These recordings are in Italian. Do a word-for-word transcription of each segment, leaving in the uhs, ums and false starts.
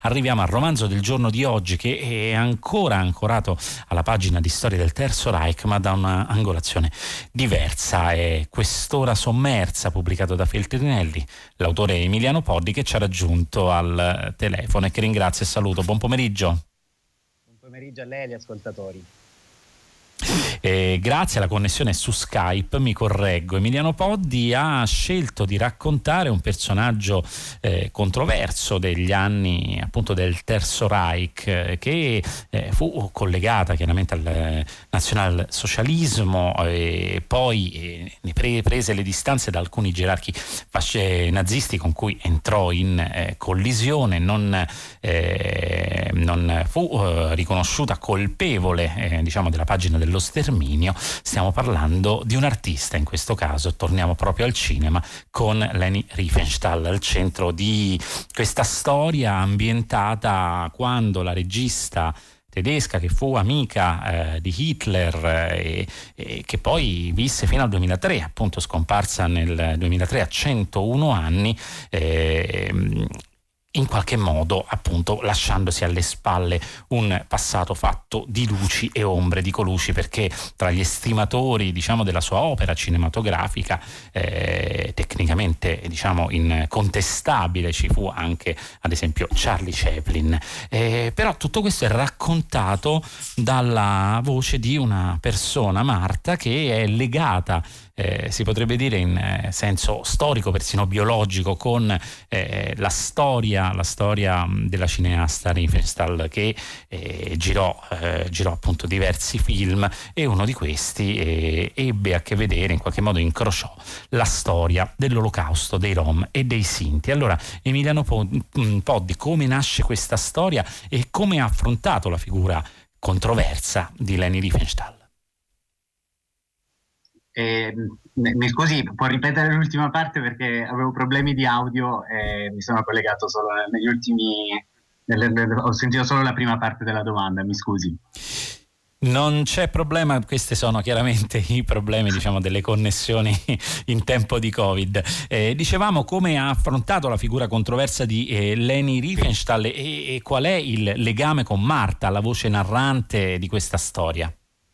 Arriviamo al romanzo del giorno di oggi, che è ancora ancorato alla pagina di storia del Terzo Reich, ma da un'angolazione diversa. È Quest'ora sommersa, pubblicato da Feltrinelli, l'autore Emiliano Poddi, che ci ha raggiunto al telefono e che ringrazio e saluto. Buon pomeriggio. Buon pomeriggio a lei e agli ascoltatori. Eh, grazie alla connessione su Skype, mi correggo, Emiliano Poddi ha scelto di raccontare un personaggio eh, controverso degli anni appunto del Terzo Reich, eh, che eh, fu collegata chiaramente al eh, nazionalsocialismo e poi eh, ne pre- prese le distanze da alcuni gerarchi fasci- nazisti con cui entrò in eh, collisione, non, eh, non fu eh, riconosciuta colpevole eh, diciamo della pagina dello sterminio. Stiamo parlando di un artista, in questo caso torniamo proprio al cinema con Leni Riefenstahl al centro di questa storia ambientata quando la regista tedesca, che fu amica eh, di Hitler eh, e che poi visse fino al duemilatré, appunto scomparsa nel duemilatré a centouno anni, eh, in qualche modo appunto lasciandosi alle spalle un passato fatto di luci e ombre. Dico luci perché tra gli estimatori diciamo della sua opera cinematografica eh, tecnicamente diciamo incontestabile ci fu anche ad esempio Charlie Chaplin, eh, però tutto questo è raccontato dalla voce di una persona, Marta, che è legata Eh, si potrebbe dire in eh, senso storico, persino biologico, con eh, la storia la storia della cineasta Riefenstahl, che eh, girò, eh, girò appunto diversi film, e uno di questi eh, ebbe a che vedere, in qualche modo incrociò la storia dell'Olocausto, dei Rom e dei Sinti. Allora, Emiliano Poddi, come nasce questa storia e come ha affrontato la figura controversa di Leni Riefenstahl? Eh, mi scusi, può ripetere l'ultima parte perché avevo problemi di audio e mi sono collegato solo negli ultimi... Nelle, nelle, ho sentito solo la prima parte della domanda, mi scusi. Non c'è problema, questi sono chiaramente i problemi diciamo delle connessioni in tempo di Covid. Eh, dicevamo come ha affrontato la figura controversa di eh, Leni Riefenstahl e, e qual è il legame con Marta, la voce narrante di questa storia.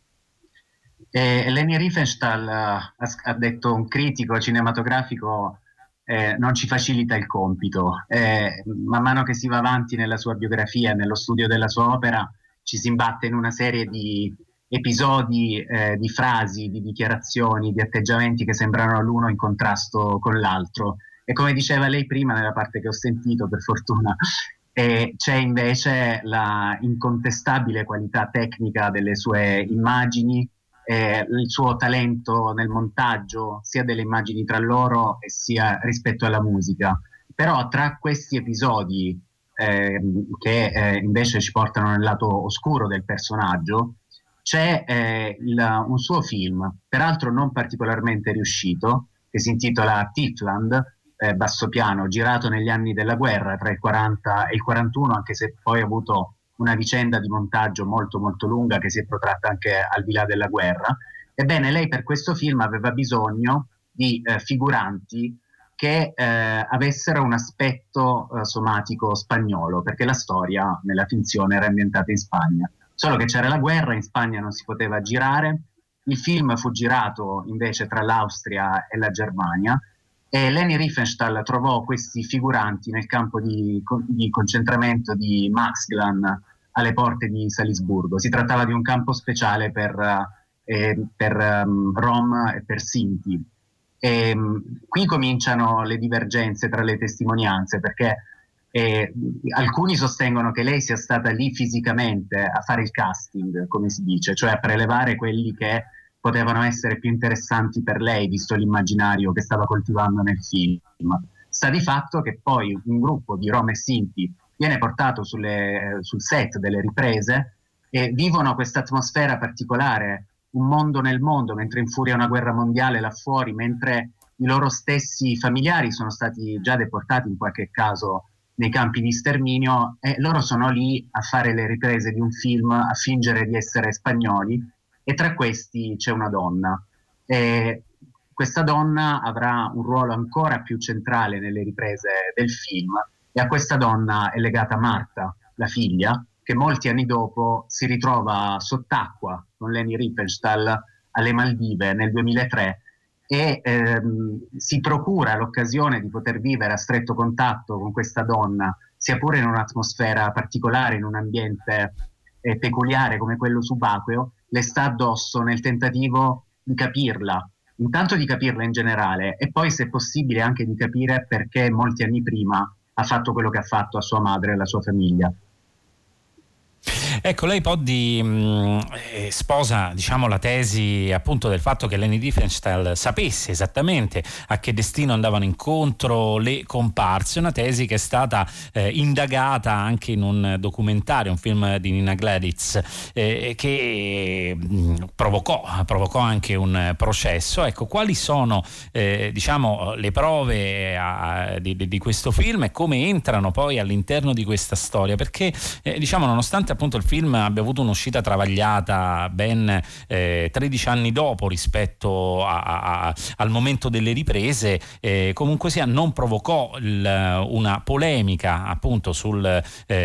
Eh, Leni Riefenstahl uh, ha detto, un critico cinematografico eh, non ci facilita il compito. Eh, man mano che si va avanti nella sua biografia, nello studio della sua opera, ci si imbatte in una serie di episodi, eh, di frasi, di dichiarazioni, di atteggiamenti che sembrano l'uno in contrasto con l'altro. E come diceva lei prima, nella parte che ho sentito, per fortuna, eh, c'è invece la incontestabile qualità tecnica delle sue immagini, Eh, il suo talento nel montaggio sia delle immagini tra loro e sia rispetto alla musica. Però tra questi episodi eh, che eh, invece ci portano nel lato oscuro del personaggio c'è eh, il, un suo film, peraltro non particolarmente riuscito, che si intitola Tiefland, eh, basso piano, girato negli anni della guerra tra il quaranta e il quarantuno, anche se poi ha avuto una vicenda di montaggio molto molto lunga che si è protratta anche al di là della guerra. Ebbene, lei per questo film aveva bisogno di eh, figuranti che eh, avessero un aspetto eh, somatico spagnolo, perché la storia nella finzione era ambientata in Spagna. Solo che c'era la guerra, in Spagna non si poteva girare, il film fu girato invece tra l'Austria e la Germania, e Leni Riefenstahl trovò questi figuranti nel campo di, di concentramento di Maxglan alle porte di Salisburgo. Si trattava di un campo speciale per, eh, per um, Rom e per Sinti. E, um, qui cominciano le divergenze tra le testimonianze, perché eh, alcuni sostengono che lei sia stata lì fisicamente a fare il casting, come si dice, cioè a prelevare quelli che potevano essere più interessanti per lei, visto l'immaginario che stava coltivando nel film. Sta di fatto che poi un gruppo di Rom e Sinti viene portato sulle, sul set delle riprese e vivono questa atmosfera particolare, un mondo nel mondo, mentre infuria una guerra mondiale là fuori, mentre i loro stessi familiari sono stati già deportati in qualche caso nei campi di sterminio, e loro sono lì a fare le riprese di un film, a fingere di essere spagnoli, e tra questi c'è una donna. E questa donna avrà un ruolo ancora più centrale nelle riprese del film, E a questa donna è legata Marta, la figlia, che molti anni dopo si ritrova sott'acqua con Leni Riefenstahl alle Maldive nel duemilatré e ehm, si procura l'occasione di poter vivere a stretto contatto con questa donna, sia pure in un'atmosfera particolare, in un ambiente eh, peculiare come quello subacqueo, le sta addosso nel tentativo di capirla, intanto di capirla in generale e poi, se possibile, anche di capire perché molti anni prima ha fatto quello che ha fatto a sua madre e alla sua famiglia. Ecco, lei Poddi mh, eh, sposa, diciamo, la tesi appunto del fatto che Leni Riefenstahl sapesse esattamente a che destino andavano incontro le comparse, una tesi che è stata eh, indagata anche in un documentario, un film di Nina Gladitz, eh, che mh, provocò, provocò anche un processo. Ecco, quali sono eh, diciamo le prove a, di, di questo film e come entrano poi all'interno di questa storia? Perché eh, diciamo, nonostante appunto il film abbia avuto un'uscita travagliata ben eh, tredici anni dopo rispetto a, a, al momento delle riprese, eh, comunque sia non provocò il, una polemica appunto sul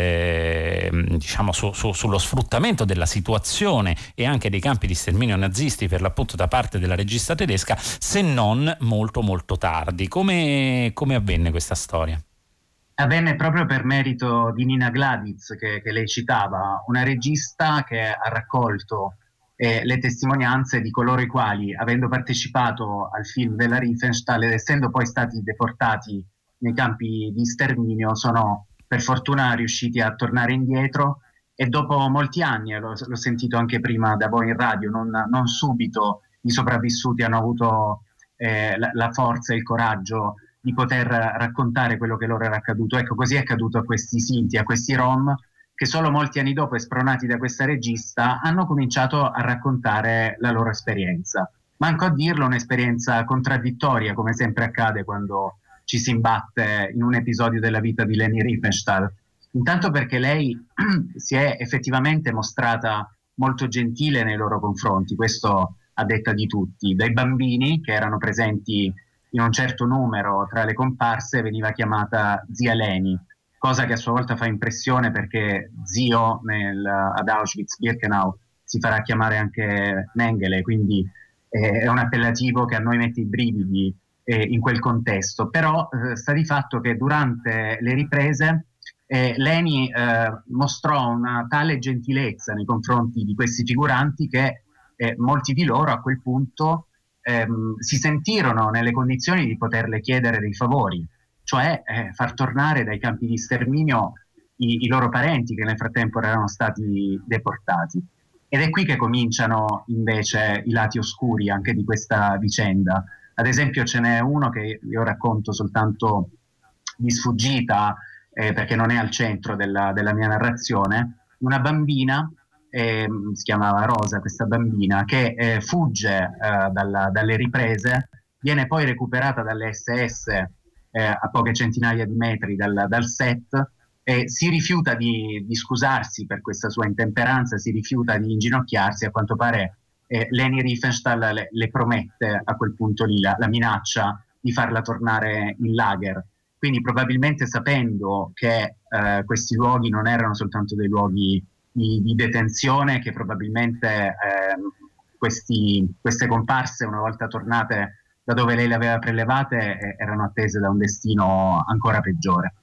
eh, diciamo su, su, sullo sfruttamento della situazione e anche dei campi di sterminio nazisti per l'appunto da parte della regista tedesca, se non molto molto tardi. Come, come avvenne questa storia? Avvenne proprio per merito di Nina Gladitz, che, che lei citava, una regista che ha raccolto eh, le testimonianze di coloro i quali, avendo partecipato al film della Riefenstahl ed essendo poi stati deportati nei campi di sterminio, sono per fortuna riusciti a tornare indietro e dopo molti anni, l'ho, l'ho sentito anche prima da voi in radio, non, non subito i sopravvissuti hanno avuto eh, la, la forza e il coraggio di poter raccontare quello che loro era accaduto. Ecco, così è accaduto a questi Sinti, a questi Rom, che solo molti anni dopo, spronati da questa regista, hanno cominciato a raccontare la loro esperienza. Manco a dirlo, un'esperienza contraddittoria, come sempre accade quando ci si imbatte in un episodio della vita di Leni Riefenstahl. Intanto perché lei si è effettivamente mostrata molto gentile nei loro confronti, questo a detta di tutti. Dai bambini che erano presenti in un certo numero tra le comparse veniva chiamata zia Leni, cosa che a sua volta fa impressione perché zio nel, ad Auschwitz-Birkenau si farà chiamare anche Mengele, quindi eh, è un appellativo che a noi mette i brividi eh, in quel contesto. Però eh, sta di fatto che durante le riprese eh, Leni eh, mostrò una tale gentilezza nei confronti di questi figuranti che eh, molti di loro a quel punto Ehm, si sentirono nelle condizioni di poterle chiedere dei favori, cioè eh, far tornare dai campi di sterminio i, i loro parenti che nel frattempo erano stati deportati. Ed è qui che cominciano invece i lati oscuri anche di questa vicenda. Ad esempio ce n'è uno che io racconto soltanto di sfuggita eh, perché non è al centro della, della mia narrazione. Una bambina Eh, si chiamava Rosa, questa bambina, che eh, fugge eh, dalla, dalle riprese, viene poi recuperata dalle S S eh, a poche centinaia di metri dal, dal set e si rifiuta di, di scusarsi per questa sua intemperanza, si rifiuta di inginocchiarsi. A quanto pare eh, Leni Riefenstahl le, le promette a quel punto lì la, la minaccia di farla tornare in lager. Quindi probabilmente sapendo che eh, questi luoghi non erano soltanto dei luoghi Di, di detenzione, che probabilmente eh, questi, queste comparse, una volta tornate da dove lei le aveva prelevate, eh, erano attese da un destino ancora peggiore.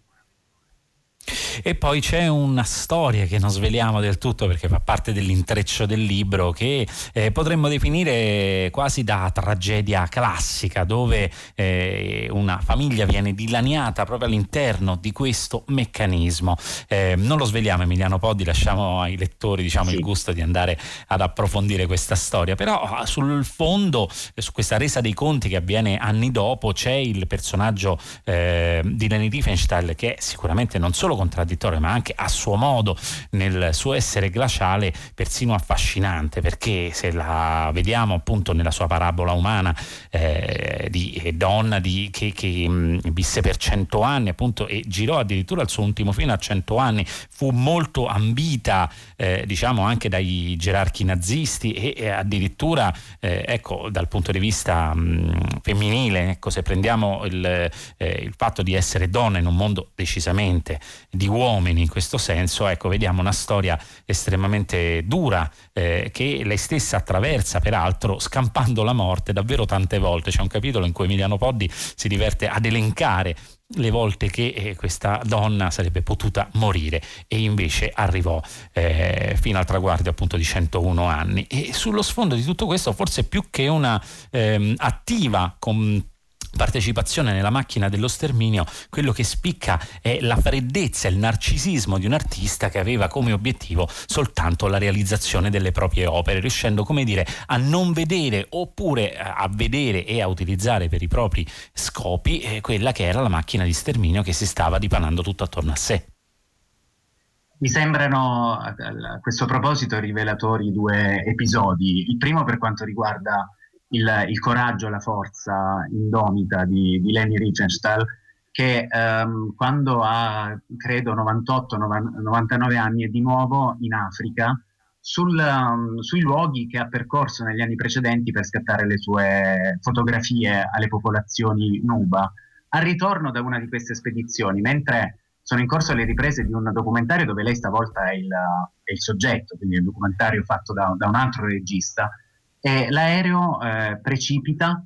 E poi c'è una storia che non sveliamo del tutto perché fa parte dell'intreccio del libro, che eh, potremmo definire quasi da tragedia classica, dove eh, una famiglia viene dilaniata proprio all'interno di questo meccanismo. Eh, non lo sveliamo, Emiliano Poddi, lasciamo ai lettori, diciamo, sì, il gusto di andare ad approfondire questa storia, però sul fondo, su questa resa dei conti che avviene anni dopo, c'è il personaggio eh, di Leni Riefenstahl, che è sicuramente non solo contraddittorio contraddittorio, ma anche a suo modo nel suo essere glaciale persino affascinante, perché se la vediamo appunto nella sua parabola umana eh, di eh, donna di, che, che mh, visse per cento anni appunto e girò addirittura il suo ultimo film a cento anni, fu molto ambita eh, diciamo anche dai gerarchi nazisti e, e addirittura eh, ecco dal punto di vista mh, femminile, ecco, se prendiamo il, eh, il fatto di essere donna in un mondo decisamente di uomini in questo senso, ecco, vediamo una storia estremamente dura eh, che lei stessa attraversa peraltro scampando la morte davvero tante volte. C'è un capitolo in cui Emiliano Poddi si diverte ad elencare le volte che eh, questa donna sarebbe potuta morire e invece arrivò eh, fino al traguardo appunto di centouno anni. E sullo sfondo di tutto questo, forse più che una ehm, attiva con partecipazione nella macchina dello sterminio, quello che spicca è la freddezza e il narcisismo di un artista che aveva come obiettivo soltanto la realizzazione delle proprie opere, riuscendo, come dire, a non vedere oppure a vedere e a utilizzare per i propri scopi eh, quella che era la macchina di sterminio che si stava dipanando tutto attorno a sé. Mi sembrano a questo proposito rivelatori due episodi. Il primo per quanto riguarda Il, il coraggio, la forza indomita di, di Leni Riefenstahl, che um, quando ha credo novantotto novantanove anni è di nuovo in Africa sul, um, sui luoghi che ha percorso negli anni precedenti per scattare le sue fotografie alle popolazioni Nuba. Al ritorno da una di queste spedizioni, mentre sono in corso le riprese di un documentario dove lei stavolta è il, è il soggetto, quindi è un documentario fatto da, da un altro regista, e l'aereo eh, precipita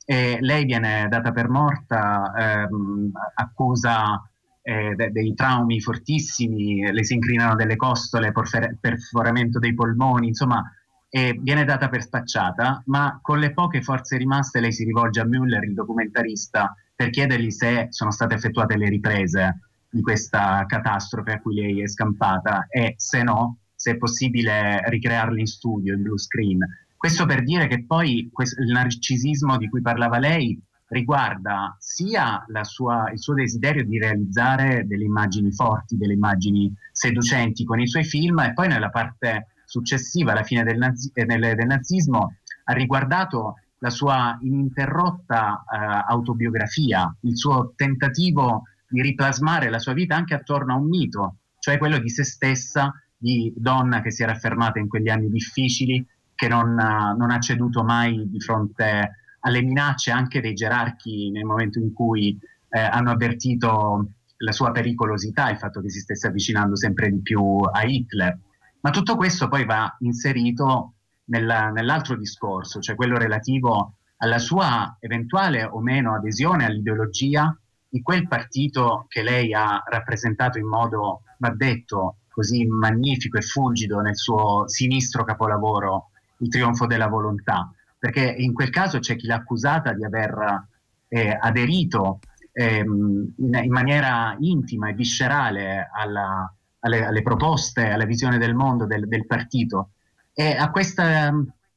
e lei viene data per morta, ehm, accusa eh, de- dei traumi fortissimi, le si incrinano delle costole, porfer- perforamento dei polmoni, insomma, e viene data per spacciata, ma con le poche forze rimaste lei si rivolge a Müller, il documentarista, per chiedergli se sono state effettuate le riprese di questa catastrofe a cui lei è scampata e se no, se è possibile ricrearli in studio, in blue screen. Questo per dire che poi questo, il narcisismo di cui parlava lei riguarda sia la sua, il suo desiderio di realizzare delle immagini forti, delle immagini seducenti con i suoi film, e poi nella parte successiva, alla fine del, nazi, eh, del, del nazismo, ha riguardato la sua ininterrotta eh, autobiografia, il suo tentativo di riplasmare la sua vita anche attorno a un mito, cioè quello di se stessa, di donna che si era affermata in quegli anni difficili, che non, non ha ceduto mai di fronte alle minacce anche dei gerarchi nel momento in cui eh, hanno avvertito la sua pericolosità, il fatto che si stesse avvicinando sempre di più a Hitler. Ma tutto questo poi va inserito nella, nell'altro discorso, cioè quello relativo alla sua eventuale o meno adesione all'ideologia di quel partito che lei ha rappresentato in modo, va detto, così magnifico e fulgido nel suo sinistro capolavoro, Il trionfo della volontà, perché in quel caso c'è chi l'ha accusata di aver eh, aderito ehm, in, in maniera intima e viscerale alla, alle, alle proposte, alla visione del mondo del, del partito, e a, questa,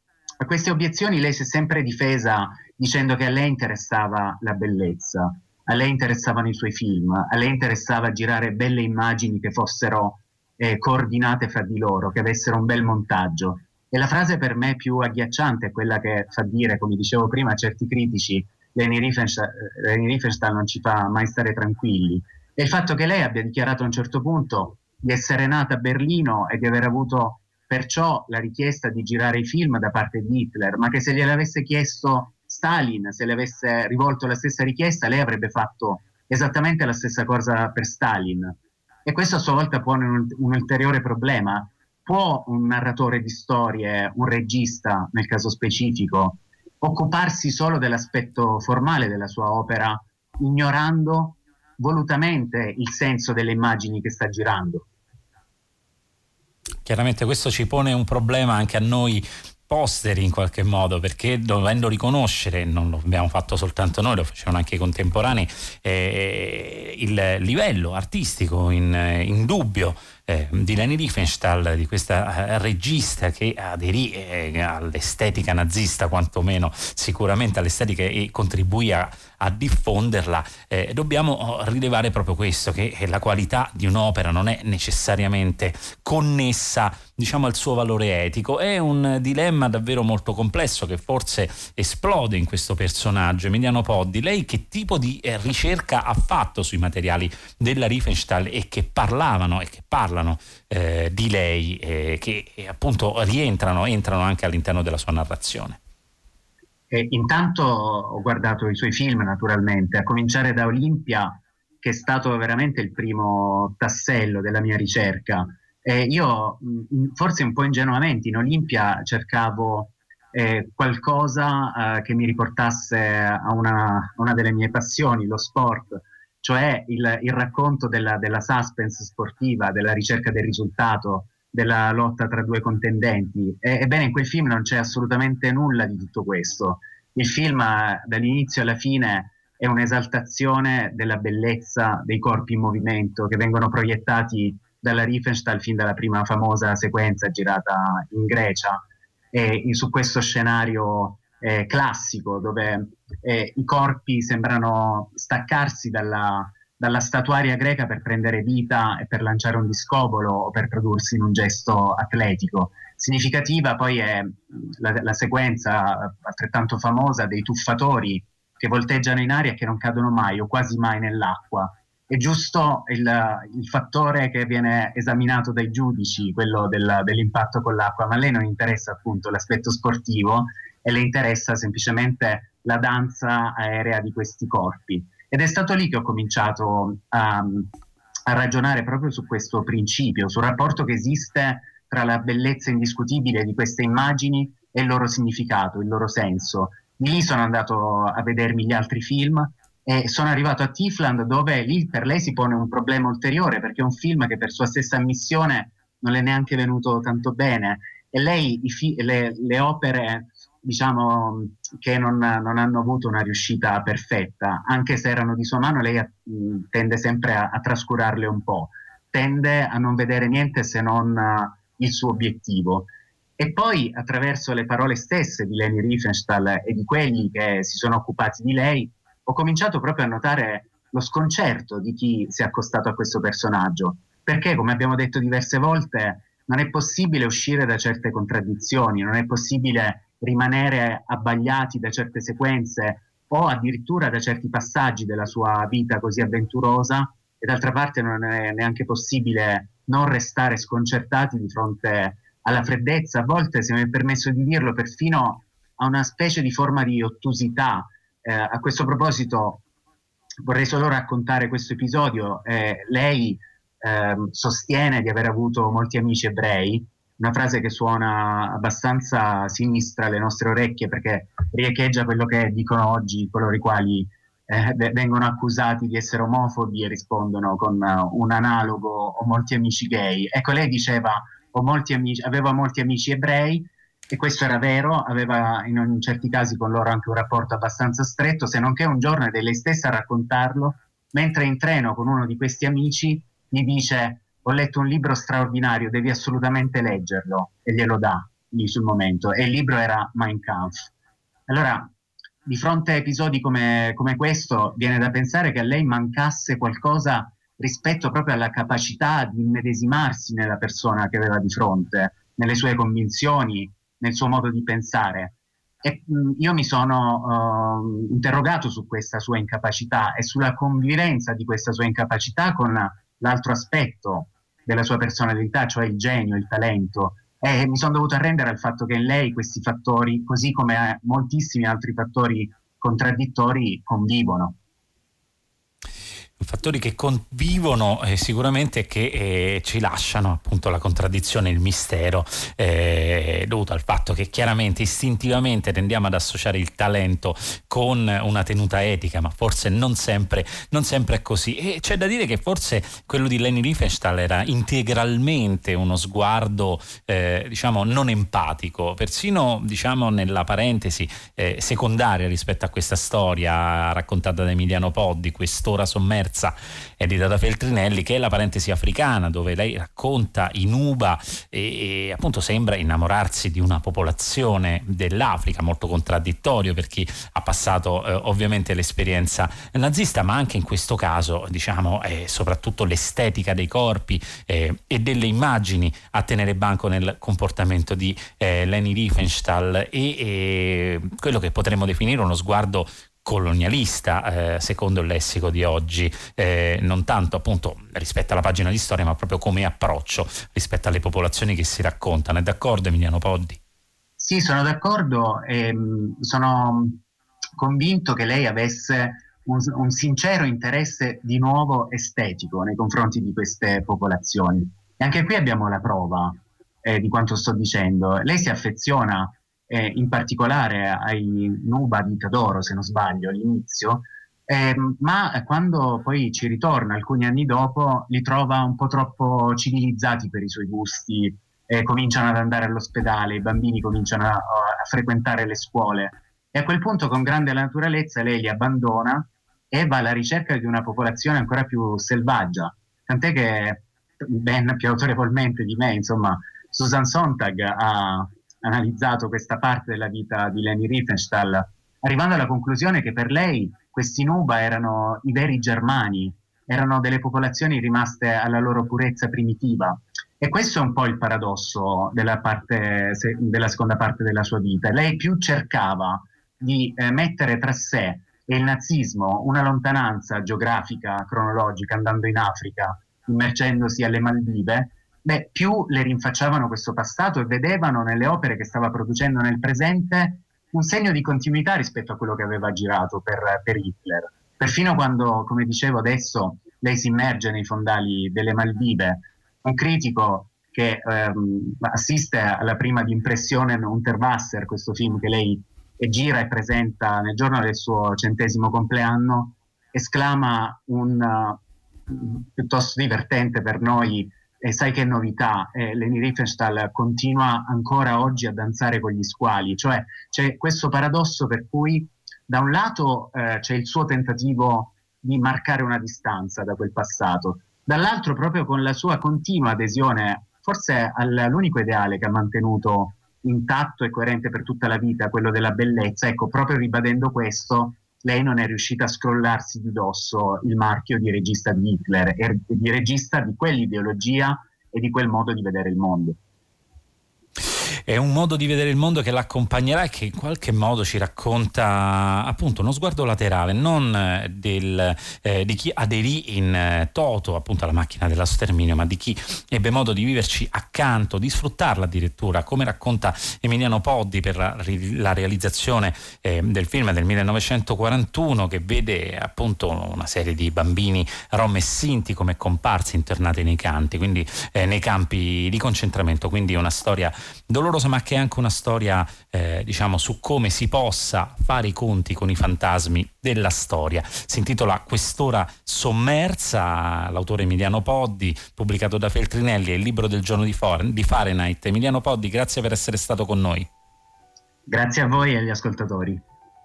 a queste obiezioni lei si è sempre difesa dicendo che a lei interessava la bellezza, a lei interessavano i suoi film, a lei interessava girare belle immagini che fossero eh, coordinate fra di loro, che avessero un bel montaggio. E la frase per me più agghiacciante è quella che fa dire, come dicevo prima, a certi critici, Leni Riefenstahl, Leni Riefenstahl non ci fa mai stare tranquilli. E il fatto che lei abbia dichiarato a un certo punto di essere nata a Berlino e di aver avuto perciò la richiesta di girare i film da parte di Hitler, ma che se gliel'avesse chiesto Stalin, se le avesse rivolto la stessa richiesta, lei avrebbe fatto esattamente la stessa cosa per Stalin. E questo a sua volta pone un, un ulteriore problema. Può un narratore di storie, un regista nel caso specifico, occuparsi solo dell'aspetto formale della sua opera, ignorando volutamente il senso delle immagini che sta girando? Chiaramente questo ci pone un problema anche a noi posteri in qualche modo, perché dovendo riconoscere, non lo abbiamo fatto soltanto noi, lo facevano anche i contemporanei, eh, il livello artistico in, in dubbio eh, di Leni Riefenstahl, di questa regista che aderì eh, all'estetica nazista, quantomeno sicuramente all'estetica, e contribuì a, a diffonderla, eh, dobbiamo rilevare proprio questo, che la qualità di un'opera non è necessariamente connessa, diciamo, al suo valore etico. È un dilemma davvero molto complesso che forse esplode in questo personaggio. Emiliano Poddi, lei che tipo di eh, ricerca ha fatto sui materiali della Riefenstahl e che parlavano e che parlano eh, di lei, eh, che eh, appunto rientrano, entrano anche all'interno della sua narrazione? E intanto ho guardato i suoi film, naturalmente, a cominciare da Olimpia, che è stato veramente il primo tassello della mia ricerca. Eh, io mh, forse un po' ingenuamente in Olimpia cercavo eh, qualcosa eh, che mi riportasse a una, una delle mie passioni, lo sport, cioè il, il racconto della, della suspense sportiva, della ricerca del risultato, della lotta tra due contendenti. E, ebbene, in quel film non c'è assolutamente nulla di tutto questo. Il film, dall'inizio alla fine, è un'esaltazione della bellezza dei corpi in movimento che vengono proiettati dalla Riefenstahl fin dalla prima famosa sequenza girata in Grecia, e su questo scenario eh, classico dove eh, i corpi sembrano staccarsi dalla, dalla statuaria greca per prendere vita e per lanciare un discobolo o per prodursi in un gesto atletico. Significativa poi è la, la sequenza altrettanto famosa dei tuffatori che volteggiano in aria e che non cadono mai o quasi mai nell'acqua. È giusto il, il fattore che viene esaminato dai giudici, quello del, dell'impatto con l'acqua, ma a lei non interessa appunto l'aspetto sportivo e le interessa semplicemente la danza aerea di questi corpi. Ed è stato lì che ho cominciato a, a ragionare proprio su questo principio, sul rapporto che esiste tra la bellezza indiscutibile di queste immagini e il loro significato, il loro senso. Di lì sono andato a vedermi gli altri film e sono arrivato a Tiefland, dove lì per lei si pone un problema ulteriore, perché è un film che per sua stessa ammissione non le è neanche venuto tanto bene, e lei i fi- le, le opere, diciamo, che non, non hanno avuto una riuscita perfetta, anche se erano di sua mano, lei a, mh, tende sempre a, a trascurarle un po', tende a non vedere niente se non uh, il suo obiettivo. E poi, attraverso le parole stesse di Leni Riefenstahl e di quelli che si sono occupati di lei, ho cominciato proprio a notare lo sconcerto di chi si è accostato a questo personaggio, perché, come abbiamo detto diverse volte, non è possibile uscire da certe contraddizioni, non è possibile rimanere abbagliati da certe sequenze o addirittura da certi passaggi della sua vita così avventurosa, e d'altra parte non è neanche possibile non restare sconcertati di fronte alla freddezza, a volte, se mi è permesso di dirlo, perfino a una specie di forma di ottusità. Eh, a questo proposito vorrei solo raccontare questo episodio. Eh, lei eh, sostiene di aver avuto molti amici ebrei, una frase che suona abbastanza sinistra alle nostre orecchie, perché riecheggia quello che dicono oggi coloro i quali eh, vengono accusati di essere omofobi e rispondono con uh, un analogo: ho molti amici gay. Ecco, lei diceva ho molti amici, aveva molti amici ebrei, e questo era vero, aveva in, in certi casi con loro anche un rapporto abbastanza stretto, se non che un giorno, ed è lei stessa a raccontarlo, mentre in treno con uno di questi amici mi dice: ho letto un libro straordinario, devi assolutamente leggerlo, e glielo dà lì sul momento, e il libro era Mein Kampf. Allora, di fronte a episodi come, come questo, viene da pensare che a lei mancasse qualcosa rispetto proprio alla capacità di immedesimarsi nella persona che aveva di fronte, nelle sue convinzioni, nel suo modo di pensare. E mh, io mi sono uh, interrogato su questa sua incapacità e sulla convivenza di questa sua incapacità con l'altro aspetto della sua personalità, cioè il genio, il talento, e mi sono dovuto arrendere al fatto che in lei questi fattori, così come moltissimi altri fattori contraddittori, convivono. Fattori che convivono eh, sicuramente, che eh, ci lasciano appunto la contraddizione, il mistero, eh, dovuto al fatto che chiaramente istintivamente tendiamo ad associare il talento con una tenuta etica, ma forse non sempre, non sempre è così. E c'è da dire che forse quello di Leni Riefenstahl era integralmente uno sguardo eh, diciamo non empatico, persino diciamo nella parentesi eh, secondaria rispetto a questa storia raccontata da Emiliano Poddi, Quest'ora sommersa sommersa, edita da Feltrinelli, che è la parentesi africana, dove lei racconta i Nuba e, e appunto sembra innamorarsi di una popolazione dell'Africa, molto contraddittorio per chi ha passato eh, ovviamente l'esperienza nazista, ma anche in questo caso diciamo è soprattutto l'estetica dei corpi eh, e delle immagini a tenere banco nel comportamento di eh, Leni Riefenstahl e, e quello che potremmo definire uno sguardo colonialista eh, secondo il lessico di oggi, eh, non tanto appunto rispetto alla pagina di storia, ma proprio come approccio rispetto alle popolazioni che si raccontano. È d'accordo Emiliano Poddi? Sì, sono d'accordo e sono convinto che lei avesse un, un sincero interesse di nuovo estetico nei confronti di queste popolazioni. E anche qui abbiamo la prova eh, di quanto sto dicendo. Lei si affeziona eh, in particolare ai Nuba di Tadoro, se non sbaglio, all'inizio, eh, ma quando poi ci ritorna alcuni anni dopo li trova un po' troppo civilizzati per i suoi gusti, eh, cominciano ad andare all'ospedale, i bambini cominciano a, a frequentare le scuole e a quel punto con grande naturalezza lei li abbandona e va alla ricerca di una popolazione ancora più selvaggia, tant'è che ben più autorevolmente di me, insomma, Susan Sontag ha analizzato questa parte della vita di Leni Riefenstahl, arrivando alla conclusione che per lei questi Nuba erano i veri germani, erano delle popolazioni rimaste alla loro purezza primitiva. E questo è un po' il paradosso della, parte, della seconda parte della sua vita. Lei più cercava di eh, mettere tra sé e il nazismo una lontananza geografica, cronologica, andando in Africa, immergendosi alle Maldive, beh, più le rinfacciavano questo passato e vedevano nelle opere che stava producendo nel presente un segno di continuità rispetto a quello che aveva girato per, per Hitler. Perfino quando, come dicevo adesso, lei si immerge nei fondali delle Maldive, un critico che ehm, assiste alla prima di Impressionen Unterwasser, questo film che lei gira e presenta nel giorno del suo centesimo compleanno, esclama un uh, piuttosto divertente per noi: e sai che novità, eh, Leni Riefenstahl continua ancora oggi a danzare con gli squali. Cioè c'è questo paradosso per cui da un lato eh, c'è il suo tentativo di marcare una distanza da quel passato, dall'altro proprio con la sua continua adesione forse all'unico ideale che ha mantenuto intatto e coerente per tutta la vita, quello della bellezza. Ecco, proprio ribadendo questo, lei non è riuscita a scrollarsi di dosso il marchio di regista di Hitler e di regista di quell'ideologia e di quel modo di vedere il mondo. È un modo di vedere il mondo che l'accompagnerà e che in qualche modo ci racconta appunto uno sguardo laterale, non del, eh, di chi aderì in eh, toto appunto alla macchina dello sterminio, ma di chi ebbe modo di viverci accanto, di sfruttarla addirittura, come racconta Emiliano Poddi per la, la realizzazione eh, del film del millenovecentoquarantuno, che vede appunto una serie di bambini rom e sinti come comparsi internati nei campi, quindi eh, nei campi di concentramento, quindi una storia dolorosa, ma che è anche una storia eh, diciamo su come si possa fare i conti con i fantasmi della storia. Si intitola Quest'ora sommersa, l'autore Emiliano Poddi, pubblicato da Feltrinelli, è il libro del giorno di, For- di Fahrenheit. Emiliano Poddi, grazie per essere stato con noi. Grazie a voi e agli ascoltatori.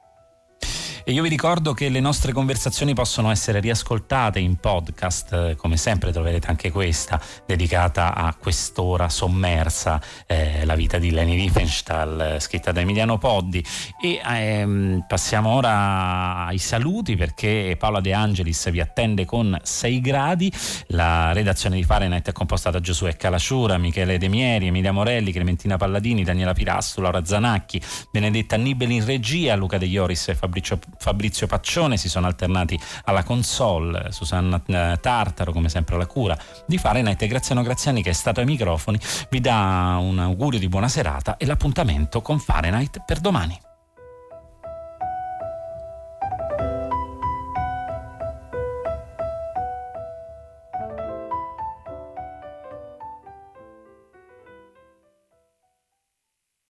E io vi ricordo che le nostre conversazioni possono essere riascoltate in podcast, come sempre troverete anche questa dedicata a Quest'ora sommersa, eh, la vita di Leni Riefenstahl, scritta da Emiliano Poddi. E ehm, passiamo ora ai saluti, perché Paola De Angelis vi attende con sei gradi. La redazione di Fahrenheit è composta da Giosuè Calasciura, Michele De Mieri, Emilia Morelli, Clementina Palladini, Daniela Pirastu, Laura Zanacchi, Benedetta Nibeli in regia, Luca De Ioris e Fabrizio Fabrizio Paccione si sono alternati alla console, Susanna Tartaro come sempre alla cura di Fahrenheit e Graziano Graziani, che è stato ai microfoni, vi dà un augurio di buona serata e l'appuntamento con Fahrenheit per domani.